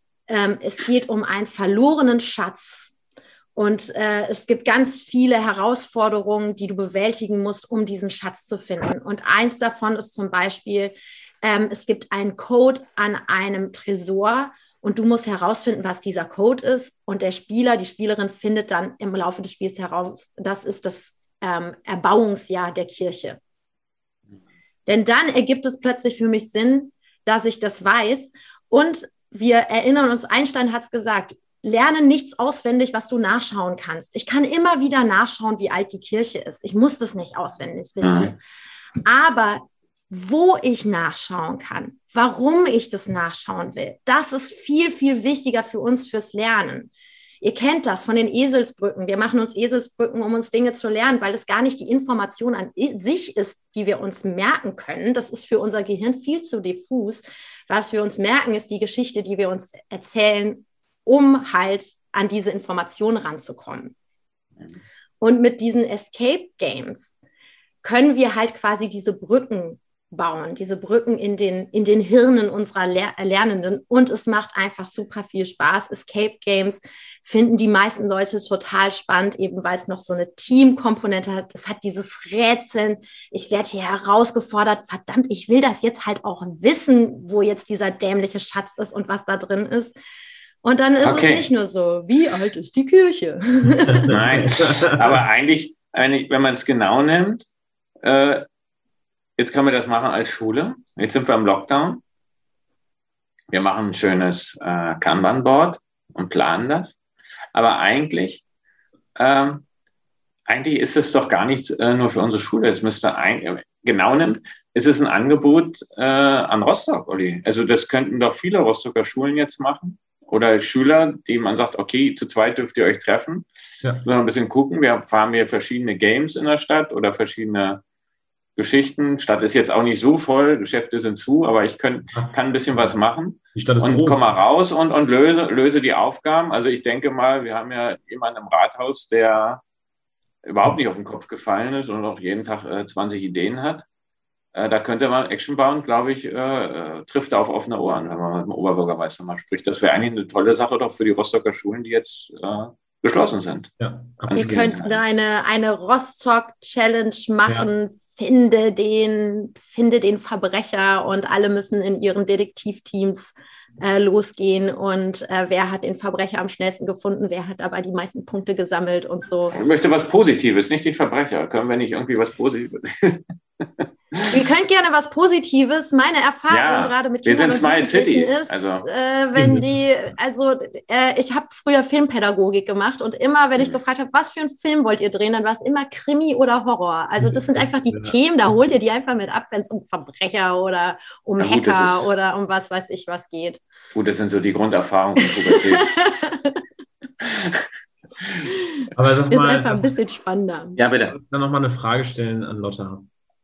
es geht um einen verlorenen Schatz. Und es gibt ganz viele Herausforderungen, die du bewältigen musst, um diesen Schatz zu finden. Und eins davon ist zum Beispiel, es gibt einen Code an einem Tresor und du musst herausfinden, was dieser Code ist. Und der Spieler, die Spielerin findet dann im Laufe des Spiels heraus, das ist das Erbauungsjahr der Kirche. Denn dann ergibt es plötzlich für mich Sinn, dass ich das weiß. Und wir erinnern uns, Einstein hat es gesagt, lerne nichts auswendig, was du nachschauen kannst. Ich kann immer wieder nachschauen, wie alt die Kirche ist. Ich muss das nicht auswendig wissen. Aber wo ich nachschauen kann, warum ich das nachschauen will, das ist viel, viel wichtiger für uns, fürs Lernen. Ihr kennt das von den Eselsbrücken. Wir machen uns Eselsbrücken, um uns Dinge zu lernen, weil es gar nicht die Information an sich ist, die wir uns merken können. Das ist für unser Gehirn viel zu diffus. Was wir uns merken, ist die Geschichte, die wir uns erzählen, um halt an diese Informationen ranzukommen. Und mit diesen Escape Games können wir halt quasi diese Brücken bauen, diese Brücken in den Hirnen unserer Lernenden und es macht einfach super viel Spaß. Escape Games finden die meisten Leute total spannend, eben weil es noch so eine Teamkomponente hat. Es hat dieses Rätseln, ich werde hier herausgefordert, verdammt, ich will das jetzt halt auch wissen, wo jetzt dieser dämliche Schatz ist und was da drin ist. Und dann ist es nicht nur so, wie alt ist die Kirche? Nein, aber eigentlich, wenn man es genau nimmt, jetzt können wir das machen als Schule. Jetzt sind wir im Lockdown. Wir machen ein schönes Kanban-Board und planen das. Aber eigentlich Eigentlich ist es doch gar nichts nur für unsere Schule. Es müsste genau nimmt, ist es ein Angebot an Rostock, Olli. Also das könnten doch viele Rostocker Schulen jetzt machen. Oder Schüler, die man sagt, okay, zu zweit dürft ihr euch treffen. Ja. Nur ein bisschen gucken. Wir haben hier verschiedene Games in der Stadt oder verschiedene Geschichten. Stadt ist jetzt auch nicht so voll, Geschäfte sind zu, aber ich kann ein bisschen was machen. Die Stadt ist und groß. Komme mal raus und löse die Aufgaben. Also ich denke mal, wir haben ja jemanden im Rathaus, der überhaupt nicht auf den Kopf gefallen ist und auch jeden Tag 20 Ideen hat. Da könnte man Action bauen, glaube ich, trifft auf offene Ohren, wenn man mit dem Oberbürgermeister mal spricht. Das wäre eigentlich eine tolle Sache doch für die Rostocker Schulen, die jetzt geschlossen sind. Ja, absolut. Ihr könnt eine Rostock-Challenge machen, ja. Finde den Verbrecher und alle müssen in ihren Detektivteams losgehen und wer hat den Verbrecher am schnellsten gefunden, wer hat aber die meisten Punkte gesammelt und so. Ich möchte was Positives, nicht den Verbrecher. Können wir nicht irgendwie was Positives? Ihr könnt gerne was Positives. Meine Erfahrung gerade mit Kindern und Jugendlichen ist, ich habe früher Filmpädagogik gemacht und immer, wenn ich gefragt habe, was für einen Film wollt ihr drehen, dann war es immer Krimi oder Horror. Also das sind einfach die Themen, da holt ihr die einfach mit ab, wenn es um Verbrecher oder um Hacker oder um was weiß ich was geht. Gut, das sind so die Grunderfahrungen von Pubertät. Aber sag mal, ist einfach ein bisschen spannender. Ja, bitte. Dann nochmal eine Frage stellen an Lotta.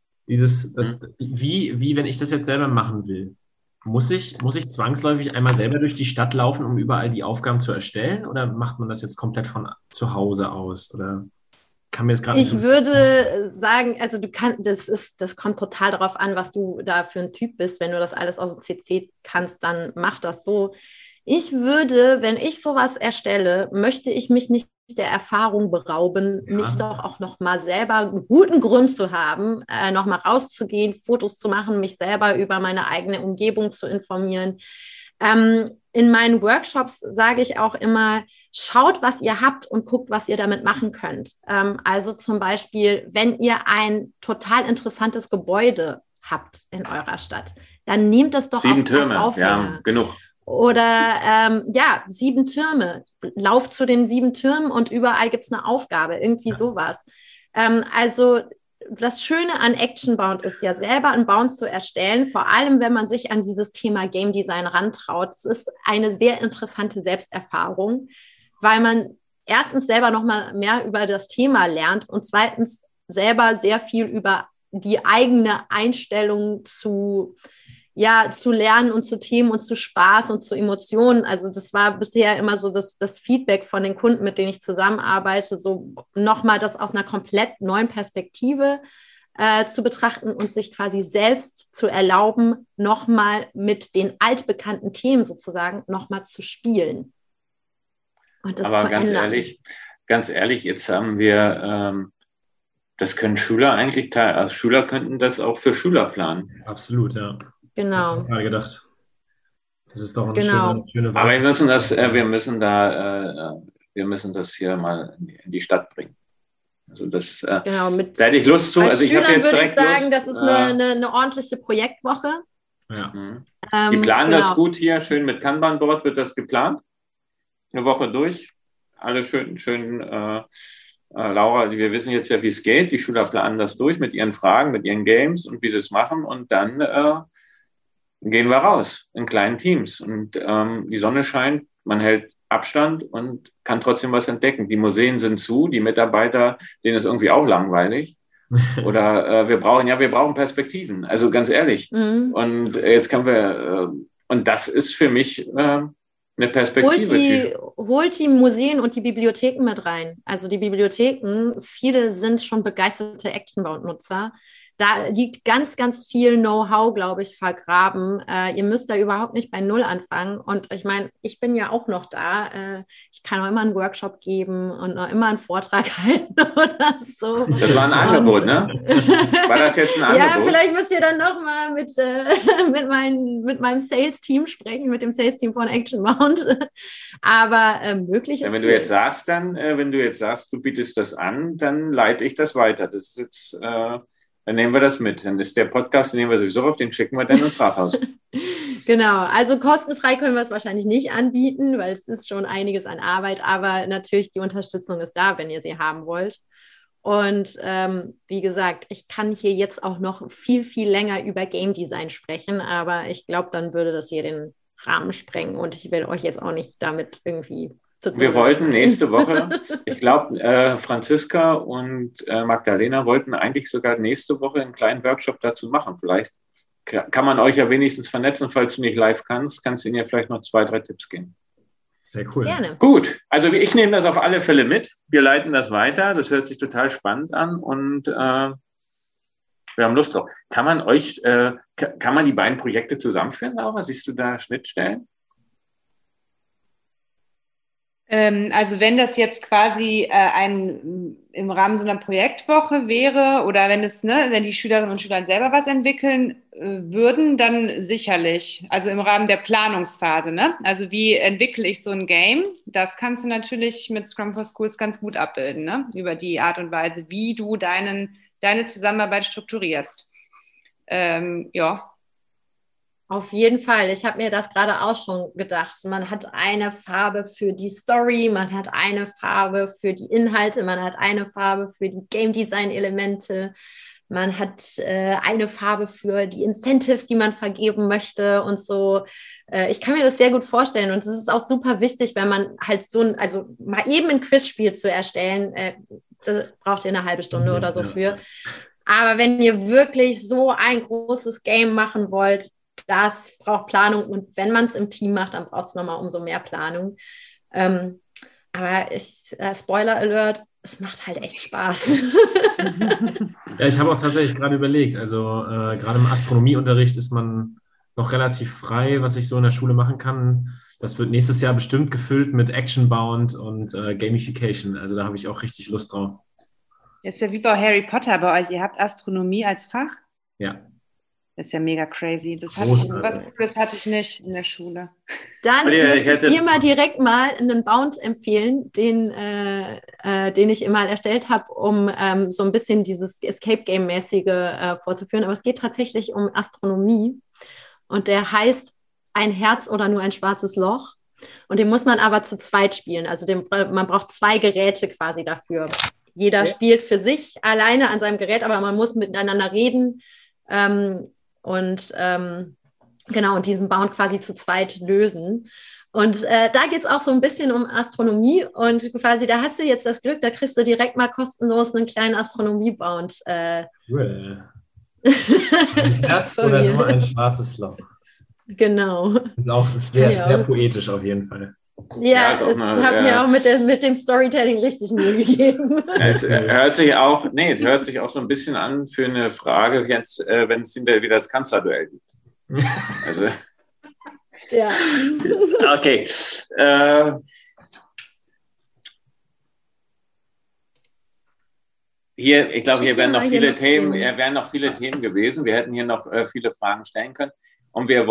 Wie, wenn ich das jetzt selber machen will, muss ich zwangsläufig einmal selber durch die Stadt laufen, um überall die Aufgaben zu erstellen? Oder macht man das jetzt komplett von zu Hause aus? Oder kann mir das gerade Ich würde sagen, also das kommt total darauf an, was du da für ein Typ bist. Wenn du das alles aus dem CC kannst, dann mach das so. Ich würde, wenn ich sowas erstelle, möchte ich mich nicht der Erfahrung berauben, nicht doch auch noch mal selber einen guten Grund zu haben, noch mal rauszugehen, Fotos zu machen, mich selber über meine eigene Umgebung zu informieren. In meinen Workshops sage ich auch immer, schaut, was ihr habt und guckt, was ihr damit machen könnt. Also zum Beispiel, wenn ihr ein total interessantes Gebäude habt in eurer Stadt, dann nehmt das doch 7 Türme, als Aufhänger. Ja, genug. Oder 7 Türme. Lauft zu den 7 Türmen und überall gibt es eine Aufgabe. Irgendwie sowas. Also das Schöne an Actionbound ist ja, selber einen Bound zu erstellen, vor allem, wenn man sich an dieses Thema Game Design rantraut. Es ist eine sehr interessante Selbsterfahrung, weil man erstens selber noch mal mehr über das Thema lernt und zweitens selber sehr viel über die eigene Einstellung zu lernen und zu Themen und zu Spaß und zu Emotionen. Also das war bisher immer so das Feedback von den Kunden, mit denen ich zusammenarbeite, so nochmal das aus einer komplett neuen Perspektive zu betrachten und sich quasi selbst zu erlauben, nochmal mit den altbekannten Themen sozusagen nochmal zu spielen. Und das Aber zu ändern. Ganz ehrlich, jetzt haben wir, das können Schüler eigentlich, also Schüler könnten das auch für Schüler planen. Absolut, ja. Genau. Das habe ich gedacht. Das ist doch eine schöne Aber wir müssen das hier mal in die Stadt bringen. Also das, da hätte ich Lust zu. Bei also Schülern ich habe jetzt würde ich sagen, Lust, das ist eine ordentliche Projektwoche. Ja. Die planen das gut hier, schön mit Kanban-Board wird das geplant. Eine Woche durch. Alle schön Laura, wir wissen jetzt ja, wie es geht. Die Schüler planen das durch mit ihren Fragen, mit ihren Games und wie sie es machen. Und dann gehen wir raus in kleinen Teams. Und die Sonne scheint, man hält Abstand und kann trotzdem was entdecken. Die Museen sind zu, die Mitarbeiter, denen ist irgendwie auch langweilig. Oder wir brauchen Perspektiven. Also ganz ehrlich. Mhm. Und jetzt können wir, und das ist für mich eine Perspektive. Holt die Museen und die Bibliotheken mit rein. Also die Bibliotheken, viele sind schon begeisterte Actionbound-Nutzer. Da liegt ganz, ganz viel Know-how, glaube ich, vergraben. Ihr müsst da überhaupt nicht bei Null anfangen. Und ich meine, ich bin ja auch noch da. Ich kann auch immer einen Workshop geben und noch immer einen Vortrag halten oder so. Das war ein Angebot, ne? War das jetzt ein Angebot? Ja, vielleicht müsst ihr dann nochmal mit meinem Sales-Team sprechen, mit dem Sales-Team von Actionbound. Aber möglich ist ja, wenn du jetzt sagst, du bietest das an, dann leite ich das weiter. Das ist jetzt... dann nehmen wir das mit. Dann ist der Podcast, den nehmen wir sowieso auf, den schicken wir dann ins Rathaus. Genau, also kostenfrei können wir es wahrscheinlich nicht anbieten, weil es ist schon einiges an Arbeit, aber natürlich die Unterstützung ist da, wenn ihr sie haben wollt. Und wie gesagt, ich kann hier jetzt auch noch viel, viel länger über Game Design sprechen, aber ich glaube, dann würde das hier den Rahmen sprengen und ich will euch jetzt auch nicht damit irgendwie zu tun. Wir wollten nächste Woche, ich glaube, Franziska und Magdalena wollten eigentlich sogar nächste Woche einen kleinen Workshop dazu machen. Vielleicht kann man euch ja wenigstens vernetzen, falls du nicht live kannst du ihnen ja vielleicht noch 2, 3 Tipps geben. Sehr cool. Gerne. Gut, also ich nehme das auf alle Fälle mit. Wir leiten das weiter. Das hört sich total spannend an und wir haben Lust drauf. Kann man die beiden Projekte zusammenführen, Laura? Siehst du da Schnittstellen? Also wenn das jetzt quasi im Rahmen so einer Projektwoche wäre oder wenn die Schülerinnen und Schüler selber was entwickeln würden, dann sicherlich. Also im Rahmen der Planungsphase, ne? Also wie entwickle ich so ein Game? Das kannst du natürlich mit Scrum for Schools ganz gut abbilden, ne? Über die Art und Weise, wie du deine Zusammenarbeit strukturierst. Ja. Auf jeden Fall. Ich habe mir das gerade auch schon gedacht. Man hat eine Farbe für die Story, man hat eine Farbe für die Inhalte, man hat eine Farbe für die Game Design Elemente, man hat eine Farbe für die Incentives, die man vergeben möchte und so. Ich kann mir das sehr gut vorstellen und es ist auch super wichtig, wenn man halt also mal eben ein Quizspiel zu erstellen, das braucht ihr eine halbe Stunde oder so für. Aber wenn ihr wirklich so ein großes Game machen wollt, das braucht Planung und wenn man es im Team macht, dann braucht es nochmal umso mehr Planung. Aber Spoiler Alert, es macht halt echt Spaß. Ja, ich habe auch tatsächlich gerade überlegt, also gerade im Astronomieunterricht ist man noch relativ frei, was ich so in der Schule machen kann. Das wird nächstes Jahr bestimmt gefüllt mit Action-Bound und Gamification. Also da habe ich auch richtig Lust drauf. Das ist ja wie bei Harry Potter bei euch. Ihr habt Astronomie als Fach? Ja. Das ist ja mega crazy. Was Cooles hatte ich nicht in der Schule. Dann möchte ich dir mal direkt mal einen Bound empfehlen, den ich mal erstellt habe, um so ein bisschen dieses Escape-Game-mäßige vorzuführen. Aber es geht tatsächlich um Astronomie. Und der heißt Ein Herz oder nur ein schwarzes Loch. Und den muss man aber zu zweit spielen. Also man braucht 2 Geräte quasi dafür. Jeder spielt für sich alleine an seinem Gerät, aber man muss miteinander reden. Genau, und diesen Bound quasi zu zweit lösen. Und da geht es auch so ein bisschen um Astronomie und quasi, da hast du jetzt das Glück, da kriegst du direkt mal kostenlos einen kleinen Astronomie-Bound. Cool. Ein Herz oder nur ein schwarzes Loch. Genau. Das ist sehr, sehr poetisch auf jeden Fall. Ja, ich habe mir auch mit dem Storytelling richtig Mühe gegeben. Es hört sich auch so ein bisschen an für eine Frage jetzt, wenn es hinterher wieder das Kanzlerduell gibt. Also, ja. Okay. Ich glaube, hier wären noch viele Themen gewesen. Wir hätten hier noch viele Fragen stellen können. Und wir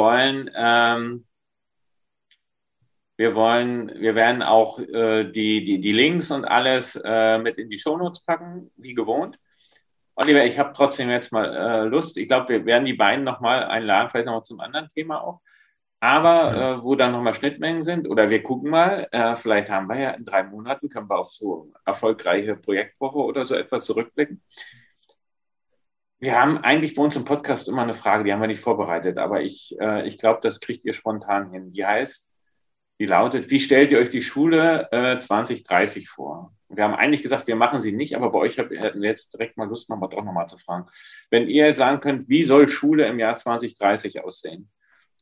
werden auch die Links und alles mit in die Shownotes packen, wie gewohnt. Oliver, ich habe trotzdem jetzt mal Lust. Ich glaube, wir werden die beiden nochmal einladen, vielleicht nochmal zum anderen Thema auch. Aber wo dann nochmal Schnittmengen sind, oder wir gucken mal, vielleicht haben wir ja in 3 Monaten, können wir auf so erfolgreiche Projektwoche oder so etwas zurückblicken. Wir haben eigentlich bei uns im Podcast immer eine Frage, die haben wir nicht vorbereitet, aber ich glaube, das kriegt ihr spontan hin. Die lautet, wie stellt ihr euch die Schule 2030 vor? Wir haben eigentlich gesagt, wir machen sie nicht, aber bei euch hätten wir jetzt direkt mal Lust, doch nochmal zu fragen. Wenn ihr sagen könnt, wie soll Schule im Jahr 2030 aussehen?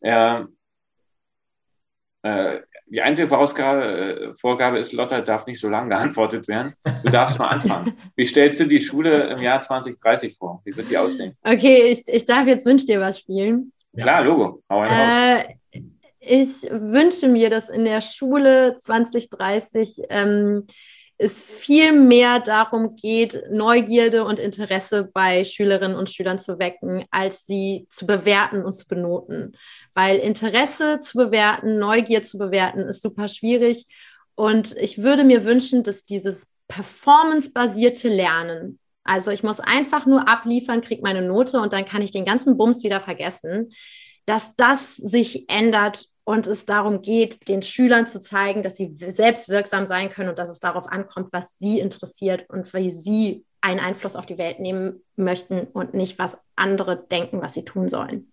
Die einzige Vorgabe ist, Lotta, darf nicht so lange geantwortet werden. Du darfst mal anfangen. Wie stellst du die Schule im Jahr 2030 vor? Wie wird die aussehen? Okay, ich darf jetzt Wünsch dir was spielen. Klar, Logo. Hau raus. Ich wünsche mir, dass in der Schule 2030 es viel mehr darum geht, Neugierde und Interesse bei Schülerinnen und Schülern zu wecken, als sie zu bewerten und zu benoten. Weil Interesse zu bewerten, Neugier zu bewerten, ist super schwierig. Und ich würde mir wünschen, dass dieses performancebasierte Lernen, also ich muss einfach nur abliefern, kriege meine Note und dann kann ich den ganzen Bums wieder vergessen, dass das sich ändert und es darum geht, den Schülern zu zeigen, dass sie selbst wirksam sein können und dass es darauf ankommt, was sie interessiert und wie sie einen Einfluss auf die Welt nehmen möchten und nicht, was andere denken, was sie tun sollen.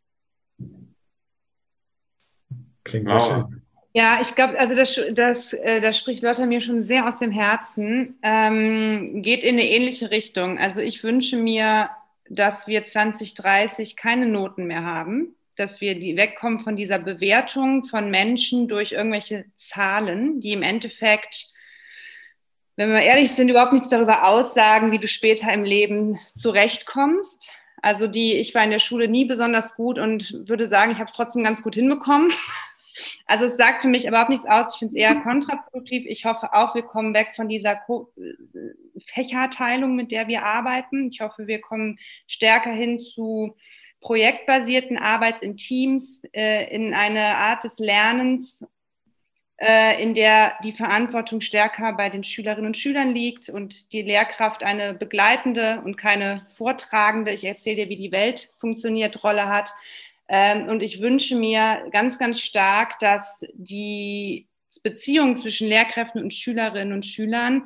Klingt sehr schön. Ja, ich glaube, also das spricht Lotta mir schon sehr aus dem Herzen, geht in eine ähnliche Richtung. Also ich wünsche mir, dass wir 2030 keine Noten mehr haben, dass wir wegkommen von dieser Bewertung von Menschen durch irgendwelche Zahlen, die im Endeffekt, wenn wir ehrlich sind, überhaupt nichts darüber aussagen, wie du später im Leben zurechtkommst. Also ich war in der Schule nie besonders gut und würde sagen, ich habe es trotzdem ganz gut hinbekommen. Also es sagt für mich überhaupt nichts aus. Ich finde es eher kontraproduktiv. Ich hoffe auch, wir kommen weg von dieser Fächerteilung, mit der wir arbeiten. Ich hoffe, wir kommen stärker hin zu projektbasierten Arbeits in Teams, in eine Art des Lernens, in der die Verantwortung stärker bei den Schülerinnen und Schülern liegt und die Lehrkraft eine begleitende und keine vortragende, ich erzähle dir, wie die Welt funktioniert, Rolle hat. Und ich wünsche mir ganz, ganz stark, dass die Beziehung zwischen Lehrkräften und Schülerinnen und Schülern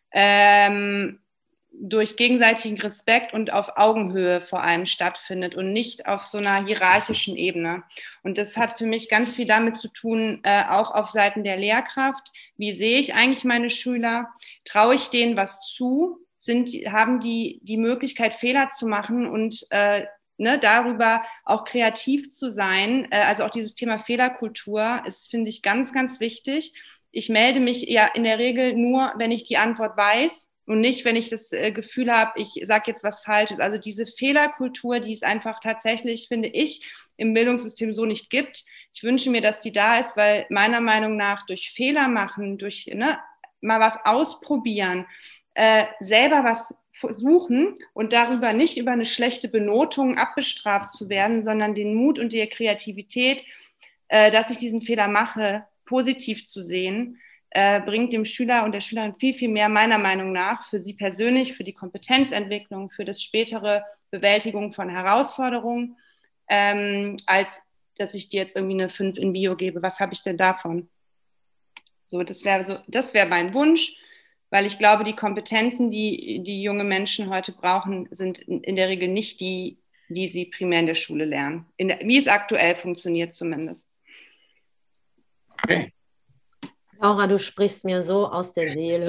durch gegenseitigen Respekt und auf Augenhöhe vor allem stattfindet und nicht auf so einer hierarchischen Ebene. Und das hat für mich ganz viel damit zu tun, auch auf Seiten der Lehrkraft. Wie sehe ich eigentlich meine Schüler? Traue ich denen was zu? Haben die Möglichkeit, Fehler zu machen und darüber auch kreativ zu sein? Also auch dieses Thema Fehlerkultur ist, finde ich, ganz, ganz wichtig. Ich melde mich ja in der Regel nur, wenn ich die Antwort weiß und nicht, wenn ich das Gefühl habe, ich sage jetzt was Falsches. Also diese Fehlerkultur, die es einfach tatsächlich, finde ich, im Bildungssystem so nicht gibt. Ich wünsche mir, dass die da ist, weil meiner Meinung nach durch Fehler machen, durch mal was ausprobieren, selber was versuchen und darüber nicht über eine schlechte Benotung abbestraft zu werden, sondern den Mut und die Kreativität, dass ich diesen Fehler mache, positiv zu sehen, bringt dem Schüler und der Schülerin viel, viel mehr, meiner Meinung nach, für sie persönlich, für die Kompetenzentwicklung, für das spätere Bewältigung von Herausforderungen, als dass ich dir jetzt irgendwie eine 5 in Bio gebe. Was habe ich denn davon? So, das wäre mein Wunsch, weil ich glaube, die Kompetenzen, die junge Menschen heute brauchen, sind in der Regel nicht die sie primär in der Schule lernen. Wie es aktuell funktioniert zumindest. Okay. Laura, du sprichst mir so aus der Seele.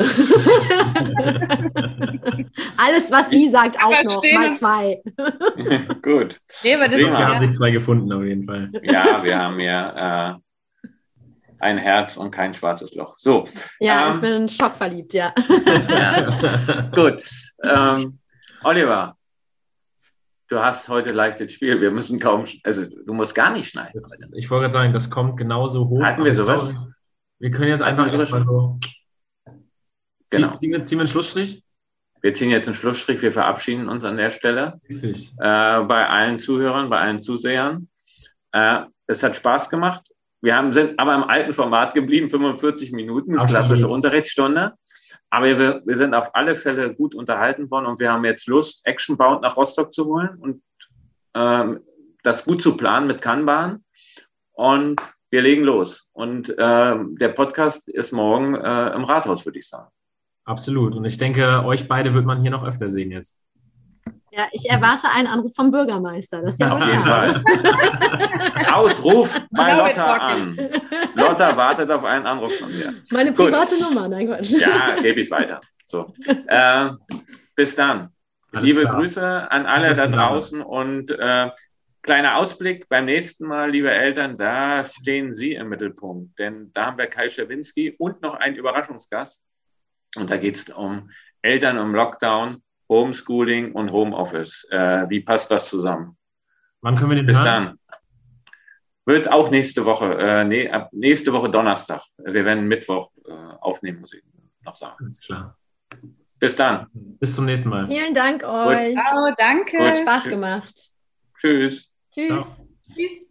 Alles, was sie sagt, auch noch, mal 2. Gut. Nee, aber das Wir haben sich 2 gefunden, auf jeden Fall. Ja, wir haben ja ein Herz und kein schwarzes Loch. So. Ja, ich bin in Schock verliebt, ja. Ja. Gut. Oliver, du hast heute leichtes Spiel. Wir müssen du musst gar nicht schneiden. Ich wollte gerade sagen, das kommt genauso hoch. Hatten wir sowas? Wir können jetzt einfach erstmal so. Genau. Ziehen wir einen Schlussstrich? Wir ziehen jetzt einen Schlussstrich. Wir verabschieden uns an der Stelle. Richtig. Bei allen Zuhörern, bei allen Zusehern. Es hat Spaß gemacht. Wir sind aber im alten Format geblieben, 45 Minuten, klassische Unterrichtsstunde. Aber wir sind auf alle Fälle gut unterhalten worden und wir haben jetzt Lust, Actionbound nach Rostock zu holen und das gut zu planen mit Kanban. Und wir legen los. Und der Podcast ist morgen im Rathaus, würde ich sagen. Absolut. Und ich denke, euch beide wird man hier noch öfter sehen jetzt. Ja, ich erwarte einen Anruf vom Bürgermeister. Das ist ja auf jeden Fall. Ausruf bei Lotta an. Lotta wartet auf einen Anruf von mir. Meine private Nummer, nein Quatsch. Ja, gebe ich weiter. So. Bis dann. Alles Liebe klar. Grüße an alle da draußen und kleiner Ausblick beim nächsten Mal, liebe Eltern, da stehen Sie im Mittelpunkt, denn da haben wir Kai Schawinski und noch einen Überraschungsgast und da geht es um Eltern im Lockdown, Homeschooling und Homeoffice. Wie passt das zusammen? Wann können wir den Bis hören? dann. Wird auch nächste Woche, nächste Woche Donnerstag. Wir werden Mittwoch aufnehmen, muss ich noch sagen. Alles klar. Bis dann. Bis zum nächsten Mal. Vielen Dank euch. Ciao, danke. Gut. Spaß gemacht. Tschüss. Tschüss. Ciao. Tschüss.